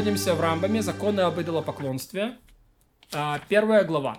находимся в Рамбаме, законы об идолопоклонстве, 1 глава.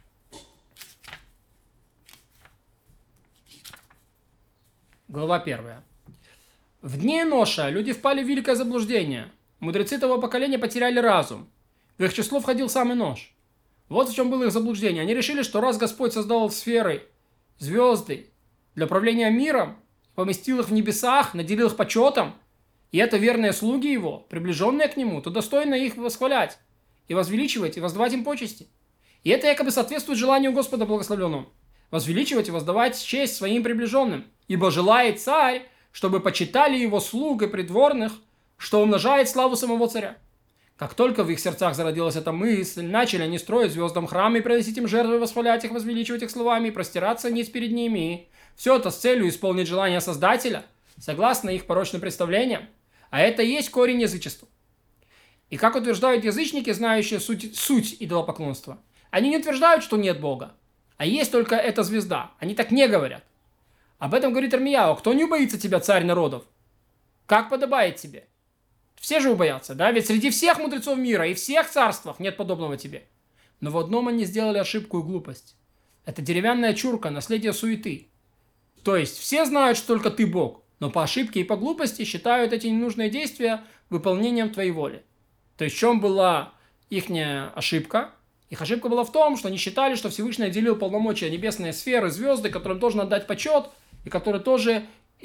Глава 1. В дни Эноша люди впали в великое заблуждение. Мудрецы того поколения потеряли разум. В их число входил сам Энош. Вот в чем было их заблуждение. Они решили, что раз Господь создал сферы, звезды для управления миром, поместил их в небесах, наделил их почетом, и это верные слуги его, приближенные к нему, то достойно их восхвалять, и возвеличивать, и воздавать им почести. И это якобы соответствует желанию Господа благословленного. Возвеличивать и воздавать честь своим приближенным. Ибо желает царь, чтобы почитали его слуг и придворных, что умножает славу самого царя. Как только в их сердцах зародилась эта мысль, начали они строить звездам храмы и приносить им жертвы, восхвалять их, возвеличивать их словами, и простираться ниц перед ними. Все это с целью исполнить желание Создателя, согласно их порочным представлениям. А это и есть корень язычества. И как утверждают язычники, знающие суть идолопоклонства, они не утверждают, что нет Бога, а есть только эта звезда. Они так не говорят. Об этом говорит Ирмияу: кто не убоится тебя, царь народов? Как подобает тебе? Все же убоятся, да? Ведь среди всех мудрецов мира и всех царствах нет подобного тебе. Но в одном они сделали ошибку и глупость. Это деревянная чурка, наследие суеты. То есть все знают, что только ты Бог, но по ошибке и по глупости считают эти ненужные действия выполнением твоей воли. То есть в чем была их ошибка? Их ошибка была в том, что они считали, что Всевышний отделил полномочия небесные сферы, звезды, которым должен отдать почет, и которые тоже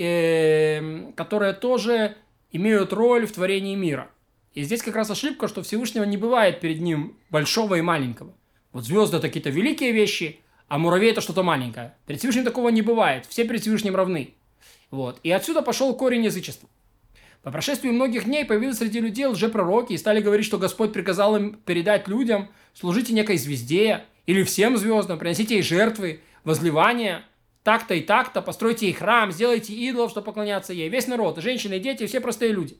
имеют роль в творении мира. И здесь как раз ошибка, что Всевышнего не бывает перед ним большого и маленького. Вот звезды – это какие-то великие вещи, а муравей – это что-то маленькое. Перед Всевышним такого не бывает. Все перед Всевышним равны. Вот. И отсюда пошел корень язычества. По прошествии многих дней появились среди людей лжепророки и стали говорить, что Господь приказал им передать людям: служите некой звезде или всем звездам, приносите ей жертвы, возливания, так-то и так-то, постройте ей храм, сделайте идолов, чтобы поклоняться ей. Весь народ, и женщины, и дети, и все простые люди.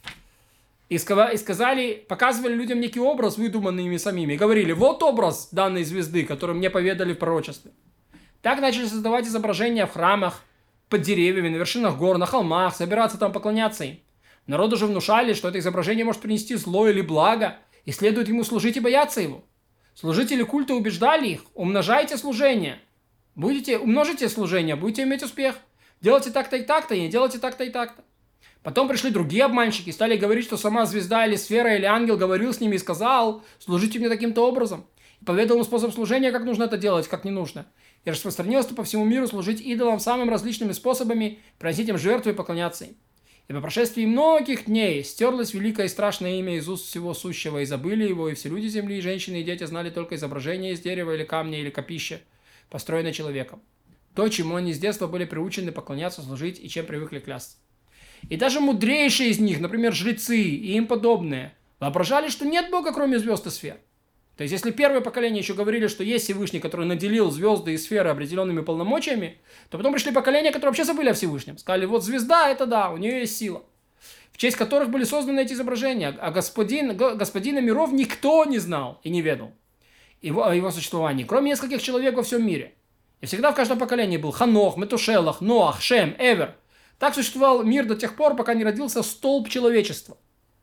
И сказали, показывали людям некий образ, выдуманный ими самими, и говорили: вот образ данной звезды, который мне поведали в пророчестве. Так начали создавать изображения в храмах, под деревьями, на вершинах гор, на холмах, собираться там поклоняться им. Народу же внушали, что это изображение может принести зло или благо, и следует ему служить и бояться его. Служители культа убеждали их: умножайте служение. Умножите служение, будете иметь успех. Делайте так-то и так-то, и не делайте так-то и так-то. Потом пришли другие обманщики и стали говорить, что сама звезда или сфера или ангел говорил с ними и сказал: служите мне таким-то образом. И поведал им способ служения, как нужно это делать, как не нужно. И распространилось по всему миру служить идолам самыми различными способами, приносить им жертвы и поклоняться им. И по прошествии многих дней стерлось великое и страшное имя из уст всего сущего, и забыли его, и все люди земли, и женщины, и дети знали только изображение из дерева или камня, или копища, построенное человеком. То, чему они с детства были приучены поклоняться, служить, и чем привыкли клясться. И даже мудрейшие из них, например, жрецы и им подобные, воображали, что нет Бога, кроме звезд и сфер. То есть, если первое поколение еще говорили, что есть Всевышний, который наделил звезды и сферы определенными полномочиями, то потом пришли поколения, которые вообще забыли о Всевышнем. Сказали: вот звезда, это да, у нее есть сила. В честь которых были созданы эти изображения. А господина миров никто не знал и не ведал о его существовании, кроме нескольких человек во всем мире. И всегда в каждом поколении был Ханох, Метушелах, Ноах, Шем, Эвер. Так существовал мир до тех пор, пока не родился столб человечества.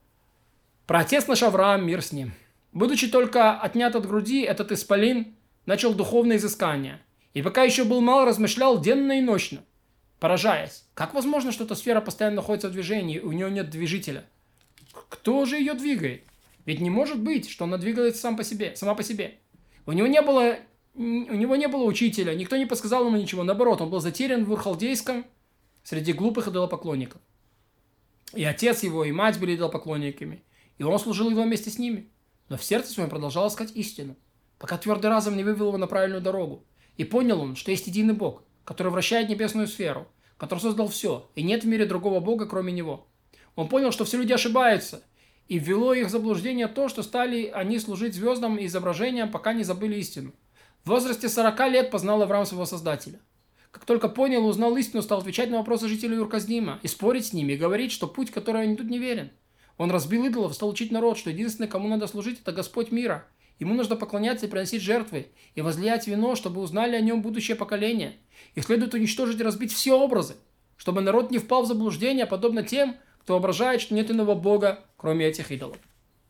Праотец наш Авраам, мир с ним. Будучи только отнят от груди, этот исполин начал духовное изыскание. И пока еще был мал, размышлял денно и ночно, поражаясь: как возможно, что эта сфера постоянно находится в движении, и у нее нет движителя? Кто же ее двигает? Ведь не может быть, что она двигается сама по себе. У него не было учителя, никто не подсказал ему ничего. Наоборот, он был затерян в Урхалдейском среди глупых идолопоклонников. И отец его, и мать были идолопоклонниками, и он служил его вместе с ними. Но в сердце своем продолжал искать истину, пока твердый разум не вывел его на правильную дорогу. И понял он, что есть единый Бог, который вращает небесную сферу, который создал все, и нет в мире другого Бога, кроме Него. Он понял, что все люди ошибаются, и ввело их в заблуждение то, что стали они служить звездам и изображениям, пока не забыли истину. В возрасте 40 лет познал Авраам своего Создателя. Как только понял и узнал истину, стал отвечать на вопросы жителей Ур-Каздима и спорить с ними, и говорить, что путь, который они тут не верен. Он разбил идолов, стал учить народ, что единственное, кому надо служить, это Господь мира. Ему нужно поклоняться и приносить жертвы, и возлиять вино, чтобы узнали о нем будущее поколение. И следует уничтожить и разбить все образы, чтобы народ не впал в заблуждение, подобно тем, кто воображает, что нет иного Бога, кроме этих идолов.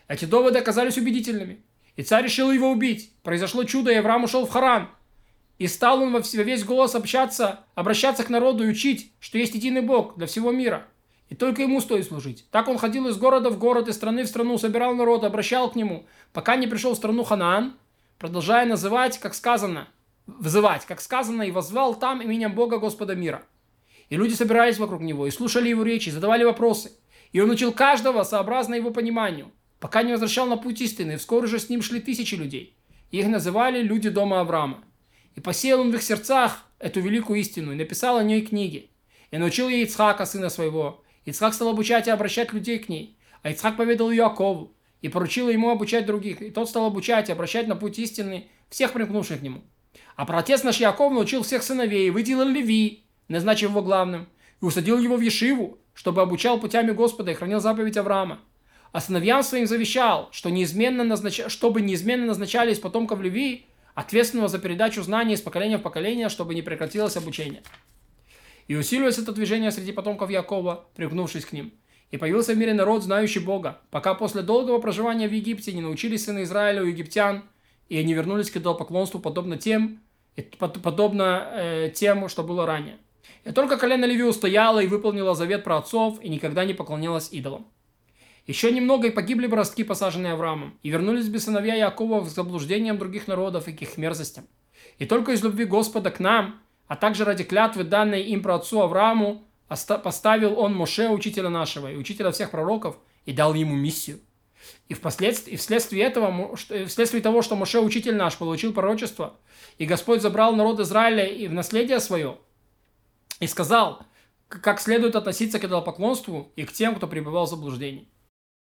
Эти доводы оказались убедительными. И царь решил его убить. Произошло чудо, и Авраам ушел в Харан. И стал он во весь голос обращаться к народу и учить, что есть единый Бог для всего мира. И только ему стоит служить. Так он ходил из города в город, из страны в страну, собирал народ, обращал к нему, пока не пришел в страну Ханаан, продолжая вызывать, как сказано, и воззвал там именем Бога Господа мира. И люди собирались вокруг него, и слушали его речи, и задавали вопросы. И он учил каждого сообразно его пониманию, пока не возвращал на путь истины, и вскоре же с ним шли тысячи людей. И их называли люди дома Авраама. И посеял он в их сердцах эту великую истину, и написал о ней книги. И научил ей Ицхака, сына своего. Ицхак стал обучать и обращать людей к ней. А Ицхак поведал ее Якову, и поручил ему обучать других. И тот стал обучать и обращать на путь истины всех примкнувших к нему. А праотец наш Яков научил всех сыновей, и выделил Леви, назначив его главным, и усадил его в Ешиву, чтобы обучал путями Господа и хранил заповедь Авраама. А сыновьям своим завещал, чтобы неизменно назначали из потомков Леви, ответственного за передачу знаний из поколения в поколение, чтобы не прекратилось обучение. И усилилось это движение среди потомков Якова, примкнувшись к ним. И появился в мире народ, знающий Бога, пока после долгого проживания в Египте не научились сыны Израиля у египтян, и они вернулись к идолопоклонству, подобно тем, что было ранее. И только колено Леви устояло и выполнило завет праотцов, и никогда не поклонилось идолам. Еще немного, и погибли бы ростки, посаженные Авраамом, и вернулись бы сыновья Якова к заблуждениям других народов и к их мерзостям. И только из любви Господа к нам, а также ради клятвы, данной им праотцу Аврааму, поставил он Моше, учителя нашего, и учителя всех пророков, и дал ему миссию. И вследствие того, что Моше, учитель наш, получил пророчество, и Господь забрал народ Израиля и в наследие свое, и сказал, как следует относиться к идолопоклонству и к тем, кто пребывал в заблуждении.